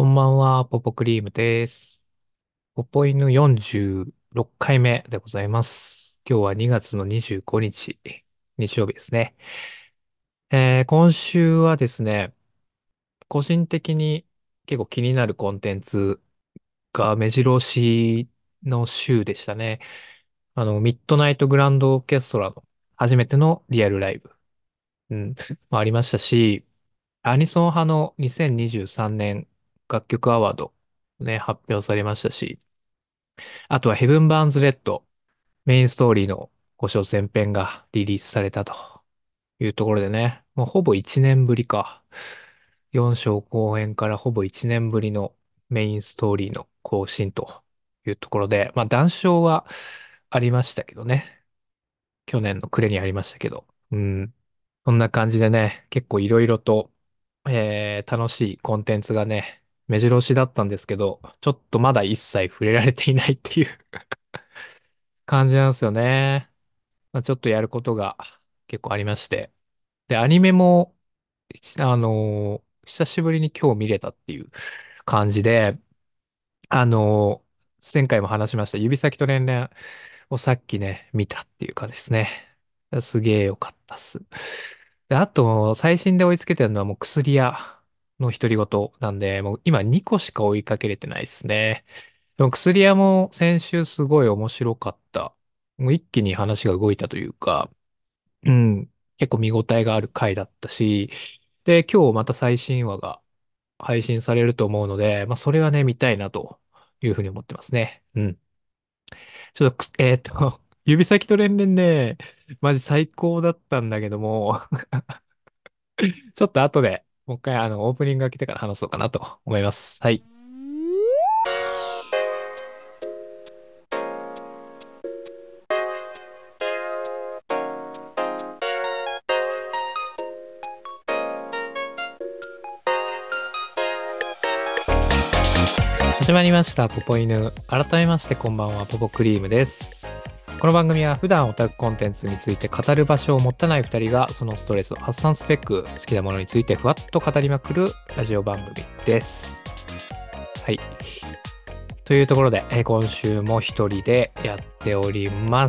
こんばんは、ポポクリームです。ポポイヌ46回目でございます。今日は2月の25日、日曜日ですね。今週はですね、個人的に結構気になるコンテンツが目白押しの週でしたね。ミッドナイトグランドオーケストラの初めてのリアルライブ、うん、もありましたし、アニソン派の2023年楽曲アワードね、発表されましたし、あとはヘブン・バーンズ・レッド、メインストーリーの5章前編がリリースされたというところでね、もうほぼ1年ぶりか。4章後編からほぼ1年ぶりのメインストーリーの更新というところで、まあ談笑はありましたけどね。去年の暮れにありましたけど。うん。そんな感じでね、結構いろいろと、楽しいコンテンツがね、目白押しだったんですけど、ちょっとまだ一切触れられていないっていう感じなんですよね。まあ、ちょっとやることが結構ありまして。で、アニメも、久しぶりに今日見れたっていう感じで、前回も話しました指先と連連をさっきね、見たっていう感じですね。すげえ良かったっす。で、あと、最新で追いつけてるのはもう薬屋の独り言なんで、もう今2個しか追いかけれてないですね。でも薬屋も先週すごい面白かった。もう一気に話が動いたというか、うん、結構見応えがある回だったし、で、今日また最新話が配信されると思うので、まあ、それはね、見たいなというふうに思ってますね。うん。ちょっと指先と連連ね、マジ最高だったんだけども、ちょっと後で、もう一回オープニングが来てから話そうかなと思います。はい。始まりました、ポポイヌ。改めましてこんばんは、ポポクリームです。この番組は普段オタクコンテンツについて語る場所を持たない二人がそのストレスを発散すべく好きなものについてふわっと語りまくるラジオ番組です。はい。というところで、今週も一人でやっております。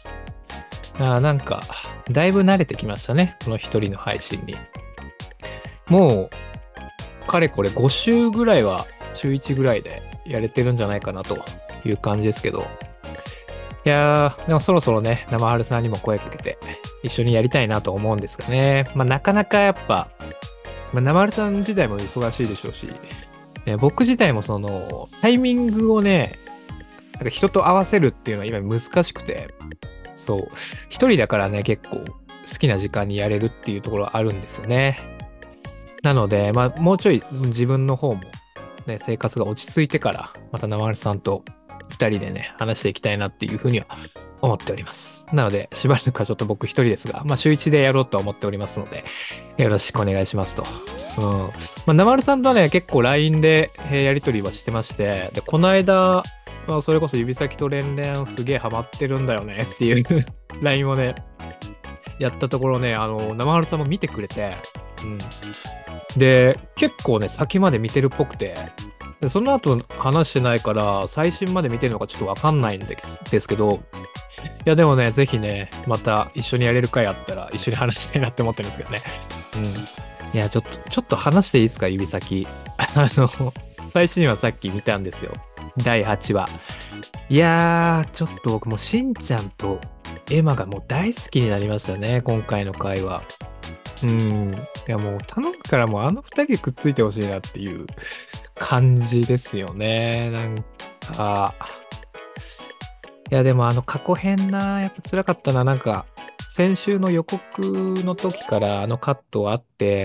なんか、だいぶ慣れてきましたね。この一人の配信に。もう、かれこれ5週ぐらいは週1ぐらいでやれてるんじゃないかなという感じですけど。いやー、でもそろそろね、生春さんにも声かけて一緒にやりたいなと思うんですがね。まあなかなかやっぱ、まあ、生春さん自体も忙しいでしょうし、ね、僕自体もそのタイミングをね、なんか人と合わせるっていうのは今難しくて、そう、一人だからね、結構好きな時間にやれるっていうところはあるんですよね。なので、まあもうちょい自分の方もね、生活が落ち着いてから、また生丸さんと二人でね、話していきたいなっていうふうには思っております。なので、しばらくはちょっと僕一人ですが、まあ週一でやろうとは思っておりますので、よろしくお願いしますと。うん。まあ、生丸さんとはね、結構 LINE でやりとりはしてまして、で、この間、まあ、それこそ指先と連連すげえハマってるんだよねっていうLINE をね、やったところね、生春さんも見てくれて、うん。で、結構ね、先まで見てるっぽくて、で、その後話してないから、最新まで見てるのかちょっとわかんないんですけど、いや、でもね、ぜひね、また一緒にやれる回あったら一緒に話したいなって思ってるんですけどね。うん。いや、ちょっと話していいですか、指先。最新話さっき見たんですよ。第8話。いやー、ちょっと僕もしんちゃんとエマがもう大好きになりましたね、今回の回は。うん。いや、もう頼むからもうあの二人くっついてほしいなっていう感じですよね。なんか、いや、でも過去編な、やっぱ辛かったな。なんか、先週の予告の時からあのカットあって、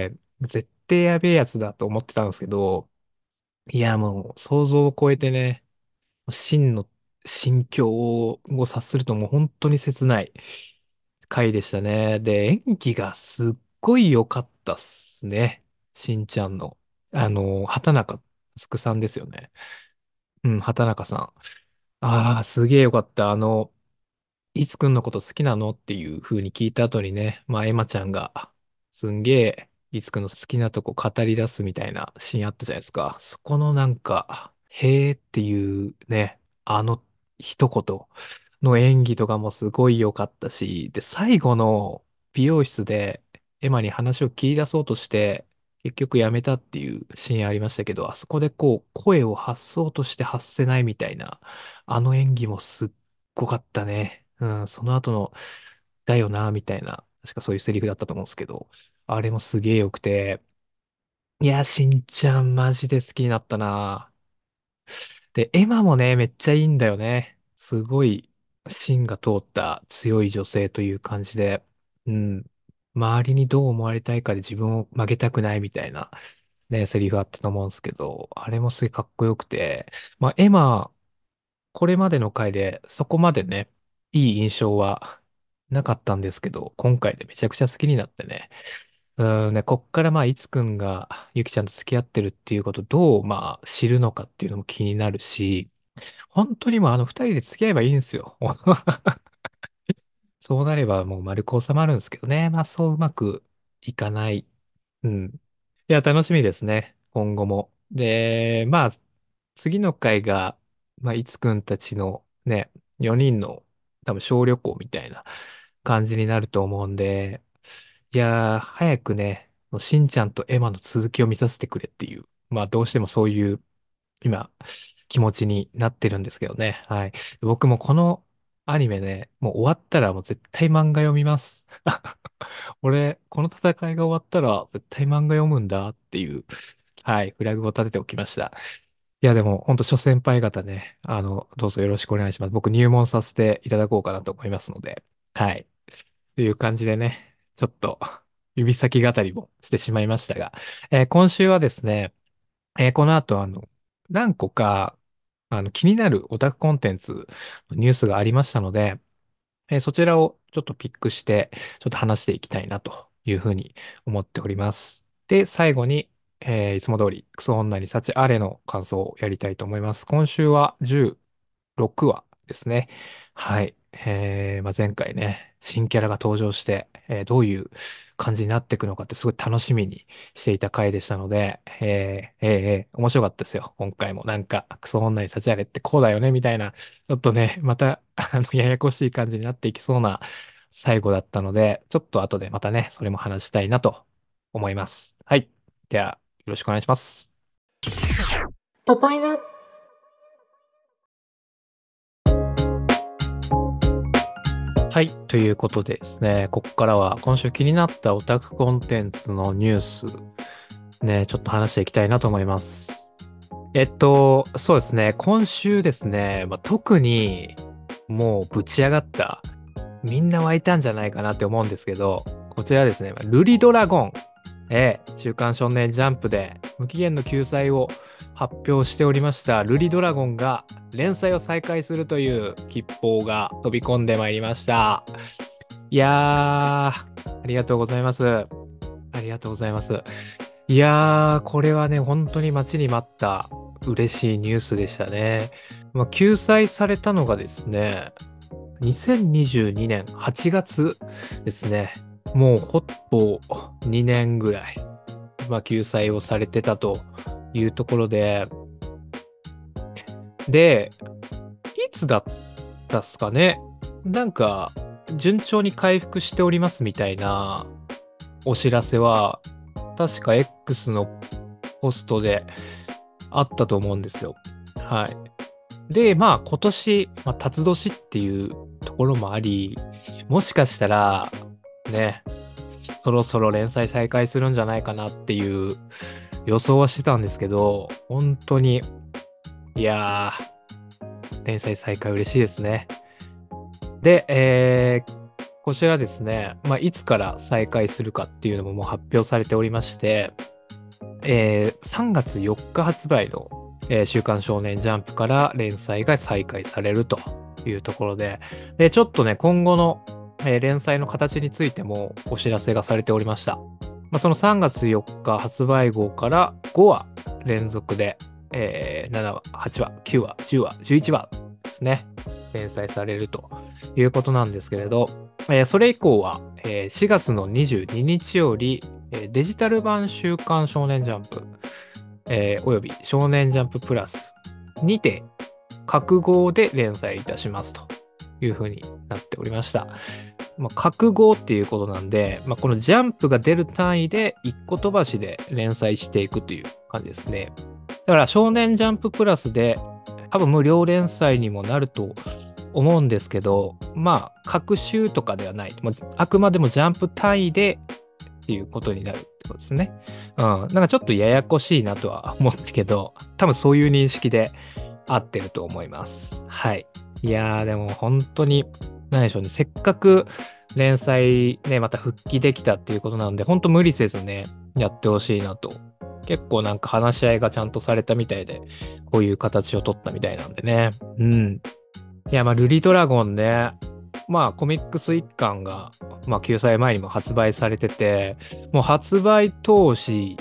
絶対やべえやつだと思ってたんですけど、いや、もう想像を超えてね、真の心境を察するともう本当に切ない回でしたね。で、演技がすっごい良かったっすね。しんちゃんの。畑中つさんですよね。うん、畑中さん。ああ、すげえ良かった。いつくんのこと好きなのっていう風に聞いた後にね、まあ、エマちゃんが、すんげえいつくんの好きなとこ語り出すみたいなシーンあったじゃないですか。そこのなんか、へーっていうね、あの一言の演技とかもすごい良かったし、で、最後の美容室でエマに話を切り出そうとして、結局やめたっていうシーンありましたけど、あそこでこう、声を発そうとして発せないみたいな、あの演技もすっごかったね。うん、その後の、だよな、みたいな、確かそういうセリフだったと思うんですけど、あれもすげえ良くて、いや、しんちゃんマジで好きになったな。で、エマもね、めっちゃいいんだよね。すごい芯が通った強い女性という感じで、うん。周りにどう思われたいかで自分を曲げたくないみたいなね、セリフあったと思うんですけど、あれもすごいかっこよくて、まあ、エマ、これまでの回でそこまでね、いい印象はなかったんですけど、今回でめちゃくちゃ好きになってね、ね、こっからまあ、いつくんがゆきちゃんと付き合ってるっていうことをどうまあ、知るのかっていうのも気になるし、本当にもうあの二人で付き合えばいいんですよ。そうなればもう丸く収まるんですけどね。まあそううまくいかない。うん。いや、楽しみですね。今後も。で、まあ、次の回が、まあ、いつくんたちのね、4人の多分小旅行みたいな感じになると思うんで、いやー、早くね、しんちゃんとエマの続きを見させてくれっていう、まあどうしてもそういう今、気持ちになってるんですけどね。はい。僕もこのアニメね、もう終わったらもう絶対漫画読みます。俺、この戦いが終わったら絶対漫画読むんだっていう、はい、フラグを立てておきました。いや、でも、ほんと諸先輩方ね、どうぞよろしくお願いします。僕入門させていただこうかなと思いますので、はい。という感じでね、ちょっと指先語りもしてしまいましたが、今週はですね、この後、何個か、気になるオタクコンテンツのニュースがありましたので、そちらをちょっとピックして、ちょっと話していきたいなというふうに思っております。で、最後に、いつも通り、クソ女に幸あれの感想をやりたいと思います。今週は16話ですね。はい。まあ、前回ね、新キャラが登場して、どういう感じになっていくのかってすごい楽しみにしていた回でしたので、面白かったですよ。今回もなんか、クソ女に幸あれってこうだよね、みたいな、ちょっとね、また、ややこしい感じになっていきそうな最後だったので、ちょっと後でまたね、それも話したいなと思います。はい。では、よろしくお願いします。 ポポイヌはい。ということでですね、ここからは今週気になったオタクコンテンツのニュース、ね、ちょっと話していきたいなと思います。そうですね、今週ですね、まあ、特にもうぶち上がった、みんな湧いたんじゃないかなって思うんですけど、こちらですね、ルリドラゴン。週刊少年ジャンプで無期限の救済を発表しておりましたルリドラゴンが連載を再開するという吉報が飛び込んでまいりました。いやー、ありがとうございます。ありがとうございます。いやー、これはね、本当に待ちに待った嬉しいニュースでしたね。まあ、救済されたのがですね、2022年8月ですね。もうほぼ2年ぐらい、まあ、救済をされてたというところで、いつだったっすかね。なんか、順調に回復しておりますみたいなお知らせは、確か X のポストであったと思うんですよ。はい。で、まあ今年、まあ、辰年っていうところもあり、もしかしたら、ね、そろそろ連載再開するんじゃないかなっていう予想はしてたんですけど、本当に、いやー、連載再開嬉しいですね。で、こちらですね、まあ、いつから再開するかっていうのももう発表されておりまして、3月4日発売の、週刊少年ジャンプから連載が再開されるというところで、ちょっとね、今後の、連載の形についてもお知らせがされておりました。まあ、その3月4日発売号から5話連続で、7話、8話、9話、10話、11話ですね、連載されるということなんですけれど、それ以降は、4月の22日よりデジタル版週刊少年ジャンプ、および少年ジャンププラスにて各号で連載いたしますというふうになっておりました。各号っていうことなんで、このジャンプが出る単位で一個飛ばしで連載していくという感じですね。だから少年ジャンププラスで多分無料連載にもなると思うんですけど、各週とかではない。あくまでもジャンプ単位でっていうことになるってことですね。なんかちょっとややこしいなとは思ったけど、多分そういう認識で合ってると思います。はい。いやー、でも本当に、何でしょうね。せっかく連載ね、また復帰できたっていうことなんで、本当無理せずね、やってほしいなと。結構なんか話し合いがちゃんとされたみたいで、こういう形を取ったみたいなんでね。うん。いや、ルリドラゴンね。コミックス一巻が、9歳前にも発売されてて、もう発売当日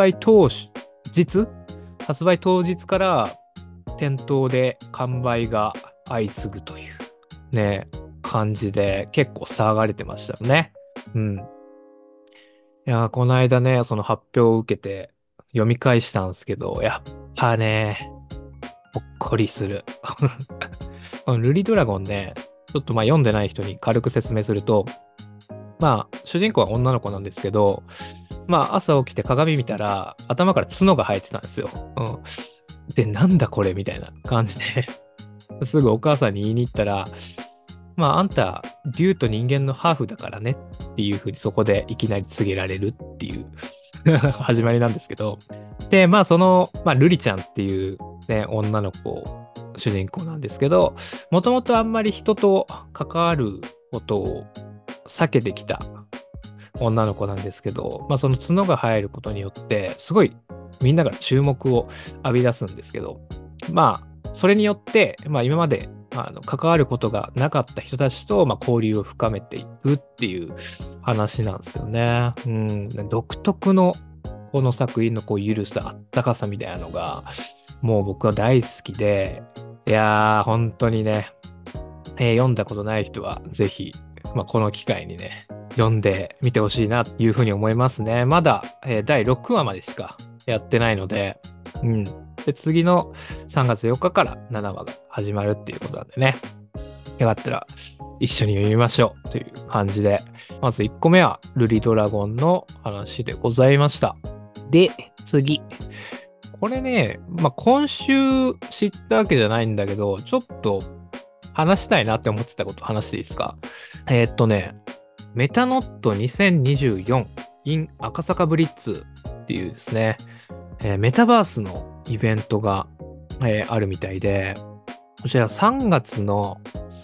発売当日から店頭で完売が相次ぐというね、感じで結構騒がれてましたよね。うん。いや、この間ね、その発表を受けて読み返したんですけど、やっぱね、ほっこりする。このルリドラゴンね、ちょっと読んでない人に軽く説明すると、主人公は女の子なんですけど、朝起きて鏡見たら頭から角が生えてたんですよ。うん。で、なんだこれみたいな感じですぐお母さんに言いに行ったら、あんた、竜と人間のハーフだからねっていう風にそこでいきなり告げられるっていう始まりなんですけど、で、ルリちゃんっていうね、女の子、主人公なんですけど、もともとあんまり人と関わることを避けてきた女の子なんですけど、その角が生えることによって、すごいみんなから注目を浴び出すんですけど、それによって、今まで関わることがなかった人たちと、交流を深めていくっていう話なんですよね。うん、独特のこの作品のこうゆるさ、あったかさみたいなのが、もう僕は大好きで、いやー、本当にね、読んだことない人はぜひ、この機会にね、読んでみてほしいなというふうに思いますね。まだ、第6話までしかやってないので、うん。で、次の3月4日から7話が始まるっていうことなんでね。よかったら一緒に読みましょうという感じで。まず1個目はルリドラゴンの話でございました。で、次。これね、今週知ったわけじゃないんだけど、ちょっと話したいなって思ってたこと話していいですか？メタノット2024 in 赤坂ブリッツっていうですね、メタバースのイベントが、あるみたいで、こちら3月の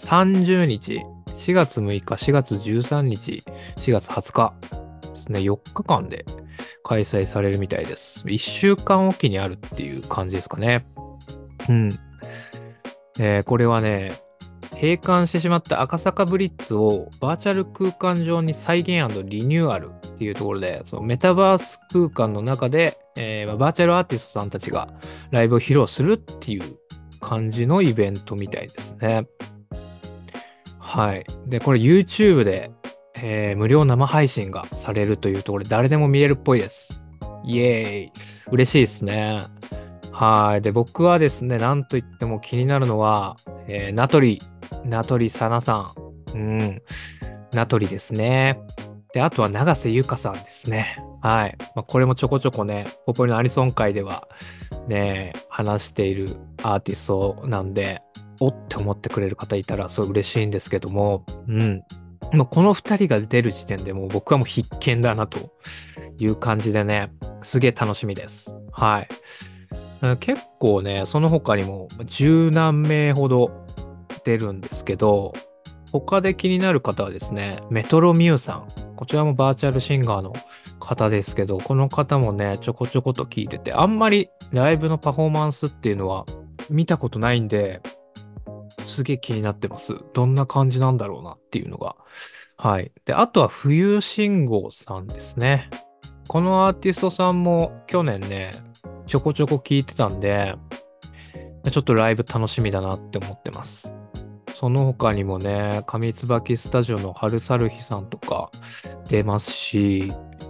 30日、4月6日、4月13日、4月20日ですね、4日間で開催されるみたいです。1週間おきにあるっていう感じですかね。うん。これはね、閉館してしまった赤坂ブリッツをバーチャル空間上に再現&リニューアルっていうところで、そのメタバース空間の中で、バーチャルアーティストさんたちがライブを披露するっていう感じのイベントみたいですね。はい。で、これ YouTube で、無料生配信がされるというところで誰でも見れるっぽいです。イエーイ。嬉しいですね。はい。で、僕はですね、なんといっても気になるのは、名取さなさん。うん。名取ですね。で、あとは永瀬優香さんですね。はい。これもちょこちょこね、ポポリのアニソン界ではね、話しているアーティストなんで、おって思ってくれる方いたらすごい嬉しいんですけども、うん。もうこの2人が出る時点でもう僕はもう必見だなという感じでね、すげえ楽しみです。はい。結構ね、その他にも十何名ほど出るんですけど、他で気になる方はですね、メトロミューさん。こちらもバーチャルシンガーの方ですけど、この方もね、ちょこちょこと聞いてて、あんまりライブのパフォーマンスっていうのは見たことないんで、すげえ気になってます。どんな感じなんだろうなっていうのが。はい。で、あとは冬信号さんですね。このアーティストさんも去年ね、ちょこちょこ聞いてたんで、ちょっとライブ楽しみだなって思ってます。その他にもね、上椿スタジオの春サルヒさんとか出ますし、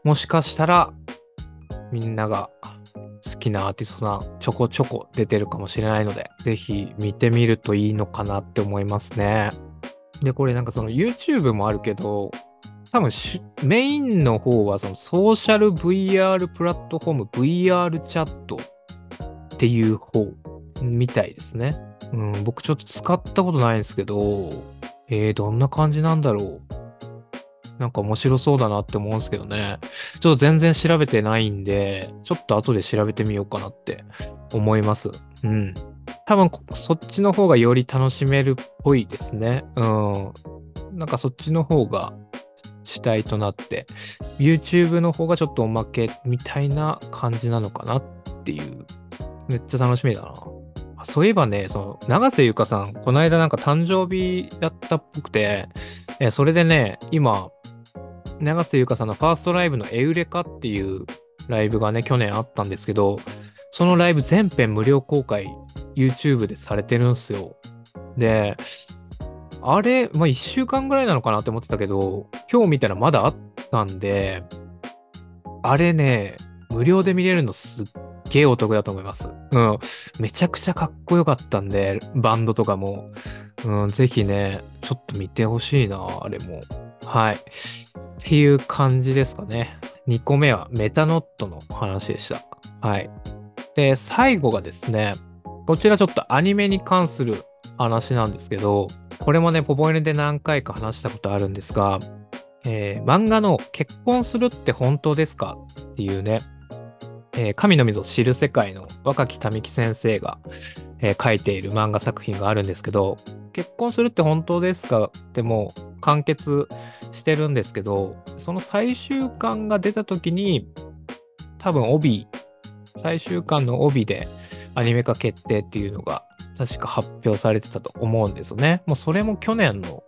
もしかしたらみんなが好きなアーティストさんちょこちょこ出てるかもしれないので、ぜひ見てみるといいのかなって思いますね。で、これなんかその YouTube もあるけど、多分メインの方はそのソーシャル VR プラットフォーム VR チャットっていう方みたいですね。僕ちょっと使ったことないんですけど、どんな感じなんだろう。なんか面白そうだなって思うんですけどね。ちょっと全然調べてないんで、ちょっと後で調べてみようかなって思います。多分そっちの方がより楽しめるっぽいですね。なんかそっちの方が主体となって、YouTube の方がちょっとおまけみたいな感じなのかなっていう。めっちゃ楽しみだな。そういえばね、その、永瀬ゆかさん、この間なんか誕生日だったっぽくて、それでね、今、永瀬ゆかさんのファーストライブのエウレカっていうライブがね、去年あったんですけど、そのライブ全編無料公開、YouTube でされてるんすよ。で、あれ、1週間ぐらいなのかなって思ってたけど、今日見たらまだあったんで、あれね、無料で見れるのすっげえお得だと思います。めちゃくちゃかっこよかったんで、バンドとかも。ぜひね、ちょっと見てほしいな、あれも。はい。っていう感じですかね。2個目はメタノットの話でした。はい。で、最後がですね、こちらちょっとアニメに関する話なんですけど、これもね、ポポイネで何回か話したことあるんですが、漫画の結婚するって本当ですかっていうね、神の溝を知る世界の若木民樹先生が、書いている漫画作品があるんですけど、結婚するって本当ですかってもう完結してるんですけど、その最終巻が出た時に、多分最終巻の帯でアニメ化決定っていうのが確か発表されてたと思うんですよね。もうそれも去年の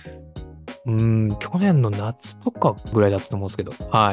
夏とかぐらいだったと思うんですけど、はい。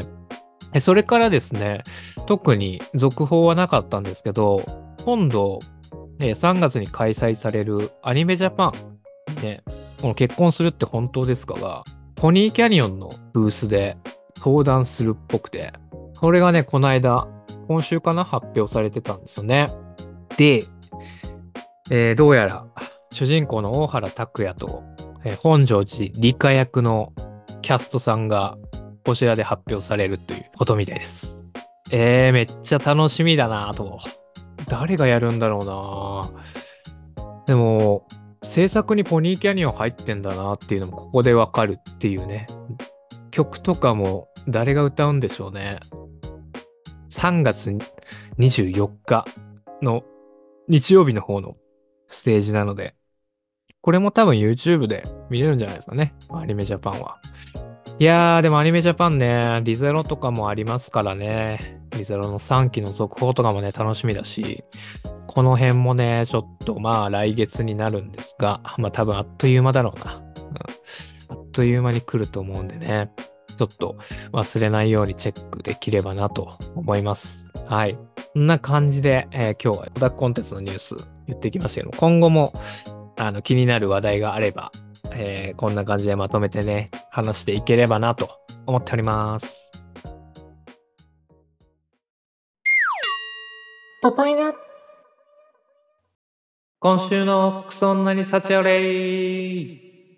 それからですね、特に続報はなかったんですけど、今度、3月に開催されるアニメジャパン、ね、この結婚するって本当ですかが、ポニーキャニオンのブースで登壇するっぽくて、これがね、この間、今週かな発表されてたんですよね。で、どうやら主人公の大原拓也と、本庄司理香役のキャストさんがこちらで発表されるということみたいです。めっちゃ楽しみだなと。誰がやるんだろうな。でも、制作にポニーキャニオン入ってんだなっていうのもここでわかるっていうね。曲とかも誰が歌うんでしょうね。3月24日の日曜日の方のステージなので、これも多分 YouTube で見れるんじゃないですかね。アニメジャパンは。いやー、でもアニメジャパンね、リゼロとかもありますからね。リゼロの3期の続報とかもね、楽しみだし、この辺もね、ちょっとまあ来月になるんですが、まあ多分あっという間だろうな。あっという間に来ると思うんでね、ちょっと忘れないようにチェックできればなと思います。はい。こんな感じで、今日はオタクコンテンツのニュース言ってきましたけど、今後も気になる話題があれば、こんな感じでまとめてね、話していければなと思っております。 ポポイヌ。 今週のクソ女に幸あれ。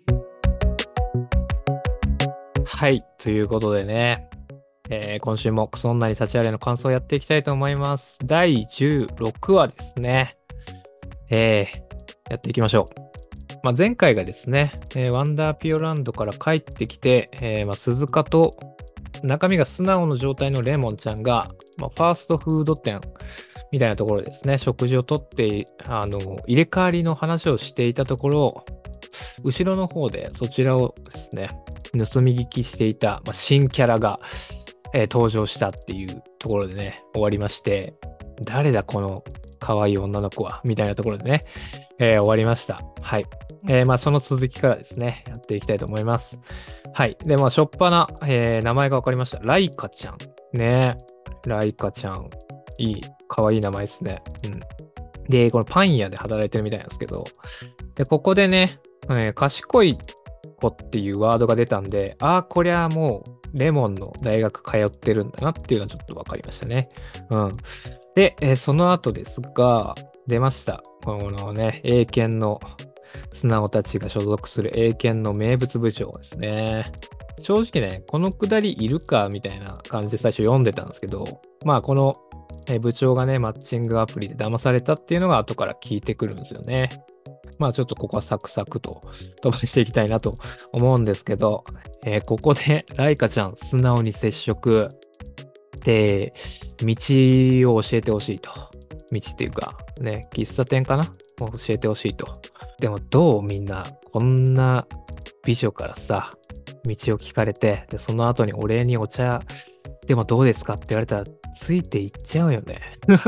はい、ということでね、今週もクソ女に幸あれの感想をやっていきたいと思います。第16話ですね。やっていきましょう。前回がですね、ワンダーピオランドから帰ってきて、鈴鹿と中身が素直の状態のレモンちゃんが、ファーストフード店みたいなところですね、食事をとって入れ替わりの話をしていたところ、後ろの方でそちらをですね、盗み聞きしていた、新キャラが、登場したっていうところでね、終わりまして、誰だこの可愛い女の子はみたいなところでね、終わりました。はい。その続きからですね、やっていきたいと思います。はい。で、しょっぱな、名前が分かりました。ライカちゃん。ね。ライカちゃん。いい、かわいい名前ですね。で、これパン屋で働いてるみたいなんですけど、で、ここでね、賢い子っていうワードが出たんで、こりゃもうレモンの大学通ってるんだなっていうのはちょっと分かりましたね。うん。で、その後ですが、出ました。このね、英検の素直たちが所属する英検の名物部長ですね。正直ね、このくだりいるかみたいな感じで最初読んでたんですけど、まあこの部長がね、マッチングアプリで騙されたっていうのが後から聞いてくるんですよね。まあちょっとここはサクサクと飛ばしていきたいなと思うんですけど、ここでライカちゃん素直に接触で、道を教えてほしいと。道っていうか、ね、喫茶店かなを教えてほしいと。でもどうみんな、こんな美女からさ、道を聞かれて、で、その後にお礼にお茶でもどうですかって言われたら、ついていっちゃうよね。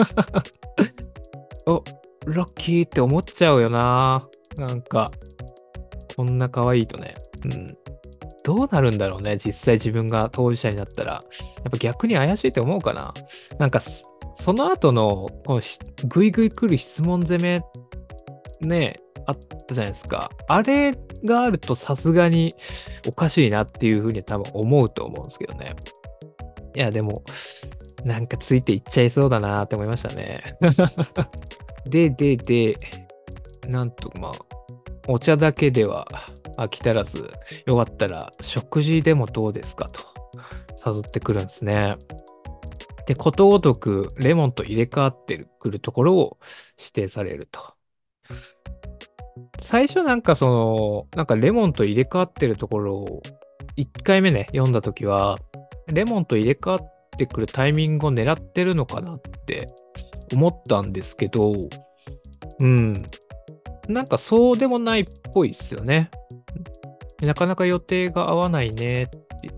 お、ラッキーって思っちゃうよな。なんか、こんな可愛いとね。うん。どうなるんだろうね。実際自分が当事者になったら。やっぱ逆に怪しいと思うかな。なんか、その後の、このぐいぐい来る質問攻め、ね、あったじゃないですか。あれがあるとさすがにおかしいなっていうふうに多分思うと思うんですけどね。いや、でも、なんかついていっちゃいそうだなって思いましたね。で、なんと、まあ、お茶だけでは飽き足らず、よかったら食事でもどうですかと誘ってくるんですね。で、ことごとくレモンと入れ替わってくるところを指定されると。最初なんかなんかレモンと入れ替わってるところを1回目ね、読んだときは、レモンと入れ替わってくるタイミングを狙ってるのかなって思ったんですけど、うん。なんかそうでもないっぽいっすよね。なかなか予定が合わないねって言って、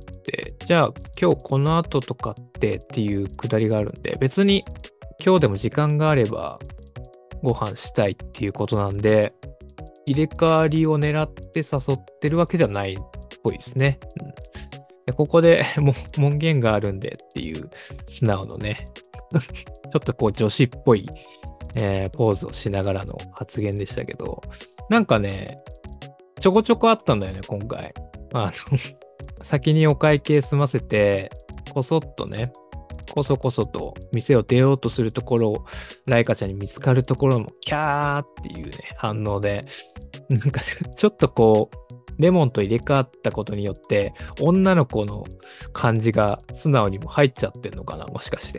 じゃあ今日この後とかっていうくだりがあるんで、別に今日でも時間があればご飯したいっていうことなんで、入れ替わりを狙って誘ってるわけではないっぽいですね。うん、でここで門限があるんでっていう素直のね、ちょっとこう女子っぽい、ポーズをしながらの発言でしたけど、なんかね、ちょこちょこあったんだよね、今回。先にお会計済ませて、こそっとね、こそこそと店を出ようとするところを、ライカちゃんに見つかるところも、キャーっていうね、反応で、なんか、ちょっとこう、レモンと入れ替わったことによって、女の子の感じが素直にも入っちゃってんのかな、もしかして。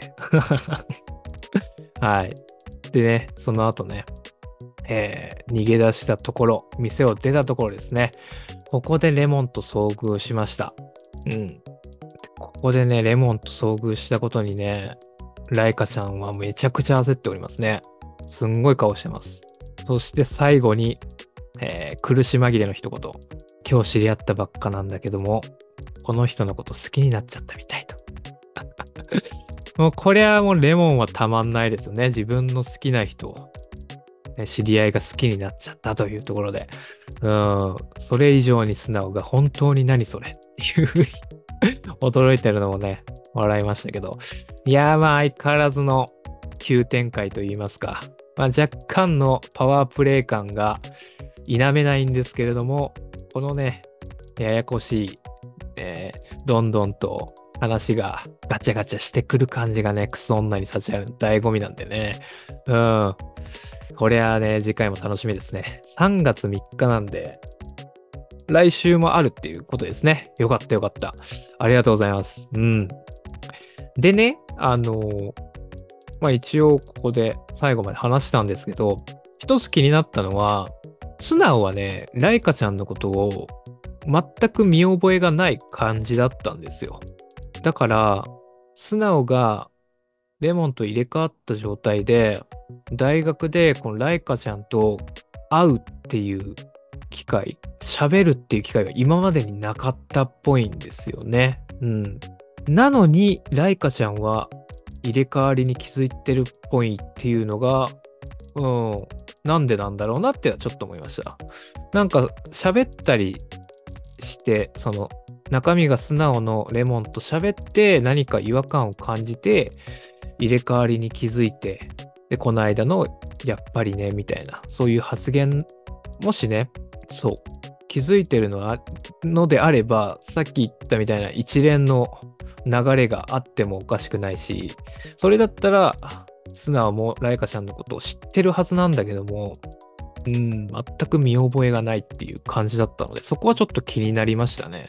はい。でね、その後ね、逃げ出したところ、店を出たところですね。ここでレモンと遭遇しました。うん。ここでね、レモンと遭遇したことにね、ライカちゃんはめちゃくちゃ焦っておりますね。すんごい顔してます。そして最後に、苦し紛れの一言。今日知り合ったばっかなんだけども、この人のこと好きになっちゃったみたいと。もうこれはもうレモンはたまんないですよね。自分の好きな人を、ね、知り合いが好きになっちゃったというところで。それ以上に素直が本当に何それっていうふうに驚いてるのもね、笑いましたけど。いやーまあ相変わらずの急展開といいますか。まあ、若干のパワープレイ感が否めないんですけれども、このね、ややこしい、どんどんと話がガチャガチャしてくる感じがね、クソ女に幸ある醍醐味なんでね。これはね、次回も楽しみですね。3月3日なんで、来週もあるっていうことですね。よかったよかった。ありがとうございます。うん。でね、まあ一応ここで最後まで話したんですけど、一つ気になったのは、素直はね、ライカちゃんのことを全く見覚えがない感じだったんですよ。だから、素直がレモンと入れ替わった状態で、大学でこのライカちゃんと会うっていう機会、喋るっていう機会が今までになかったっぽいんですよね。うん。なのに、ライカちゃんは入れ替わりに気づいてるっぽいっていうのが、なんでなんだろうなってちょっと思いました。なんか喋ったりして、その中身が素直のレモンと喋って何か違和感を感じて入れ替わりに気づいて、で、この間のやっぱりね、みたいな、そういう発言、もしね、そう、 気づいてるのであれば、さっき言ったみたいな一連の流れがあってもおかしくないし、それだったら、素直もライカちゃんのことを知ってるはずなんだけども、全く見覚えがないっていう感じだったので、そこはちょっと気になりましたね。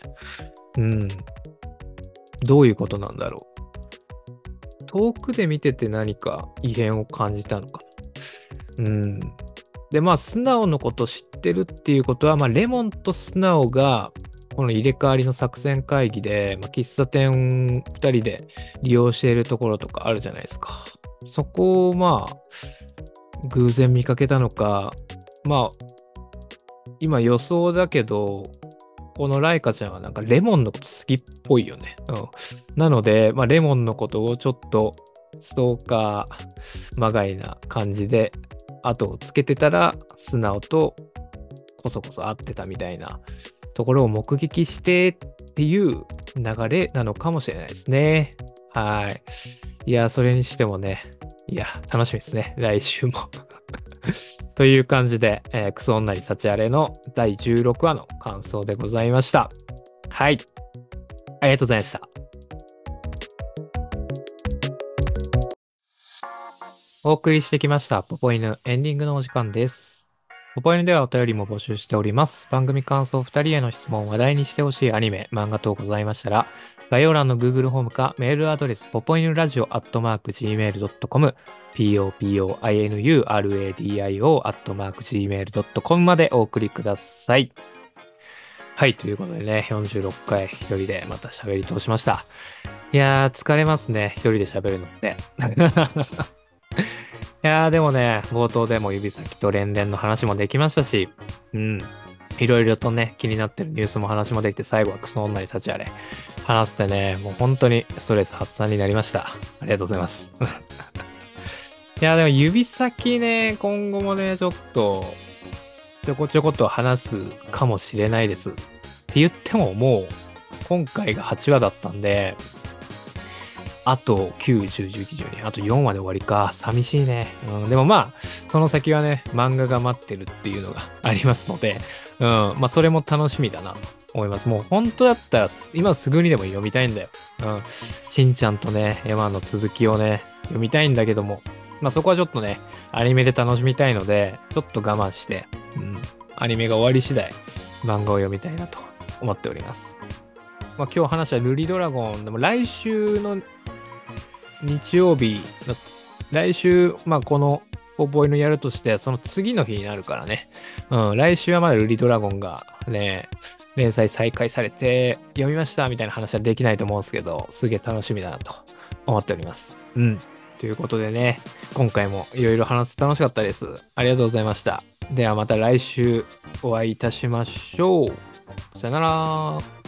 どういうことなんだろう。遠くで見てて何か異変を感じたのかな。で、まあ、素直のこと知ってるっていうことは、まあ、レモンと素直が、この入れ替わりの作戦会議で、まあ、喫茶店2人で利用しているところとかあるじゃないですか。そこを、まあ、偶然見かけたのか、まあ、今予想だけど、このライカちゃんはなんかレモンのこと好きっぽいよね。なので、まあ、レモンのことをちょっとストーカーまがいな感じで後をつけてたら、素直とこそこそ会ってたみたいなところを目撃してっていう流れなのかもしれないですね。はい。いや、それにしてもね、いや、楽しみですね。来週もという感じで、クソ女に幸あれの第16話の感想でございました。はい。ありがとうございました。お送りしてきましたポポ犬エンディングのお時間です。ポポ犬ではお便りも募集しております。番組感想2人への質問、話題にしてほしいアニメ、漫画等ございましたら、概要欄の Google ホームかメールアドレス、ポポイヌラジオ@gmail.com、popoinuradio@gmail.com までお送りください。はい、ということでね、46回一人でまた喋り通しました。いやー、疲れますね、一人で喋るのって。いやーでもね、冒頭でも指先と連連の話もできましたし、いろいろとね、気になってるニュースも話もできて、最後はクソ女に幸あれ。話してね、もう本当にストレス発散になりました。ありがとうございます。いや、でも指先ね、今後もね、ちょっと、ちょこちょこと話すかもしれないです。って言ってももう、今回が8話だったんで、あと9、10、11、12、あと4話で終わりか。寂しいね。でもまあ、その先はね、漫画が待ってるっていうのがありますので、まあ、それも楽しみだなと思います。もう本当だったら、今すぐにでも読みたいんだよ。しんちゃんとね、エマの続きをね、読みたいんだけども、まあそこはちょっとね、アニメで楽しみたいので、ちょっと我慢して、アニメが終わり次第、漫画を読みたいなと思っております。まあ今日話したルリドラゴンでも来週の日曜日の、来週、まあこのポポイのやるとして、その次の日になるからね。来週はまだルリドラゴンがね、連載再開されて読みましたみたいな話はできないと思うんですけど、すげえ楽しみだなと思っております。ということでね、今回もいろいろ話せて楽しかったです。ありがとうございました。ではまた来週お会いいたしましょう。さよなら。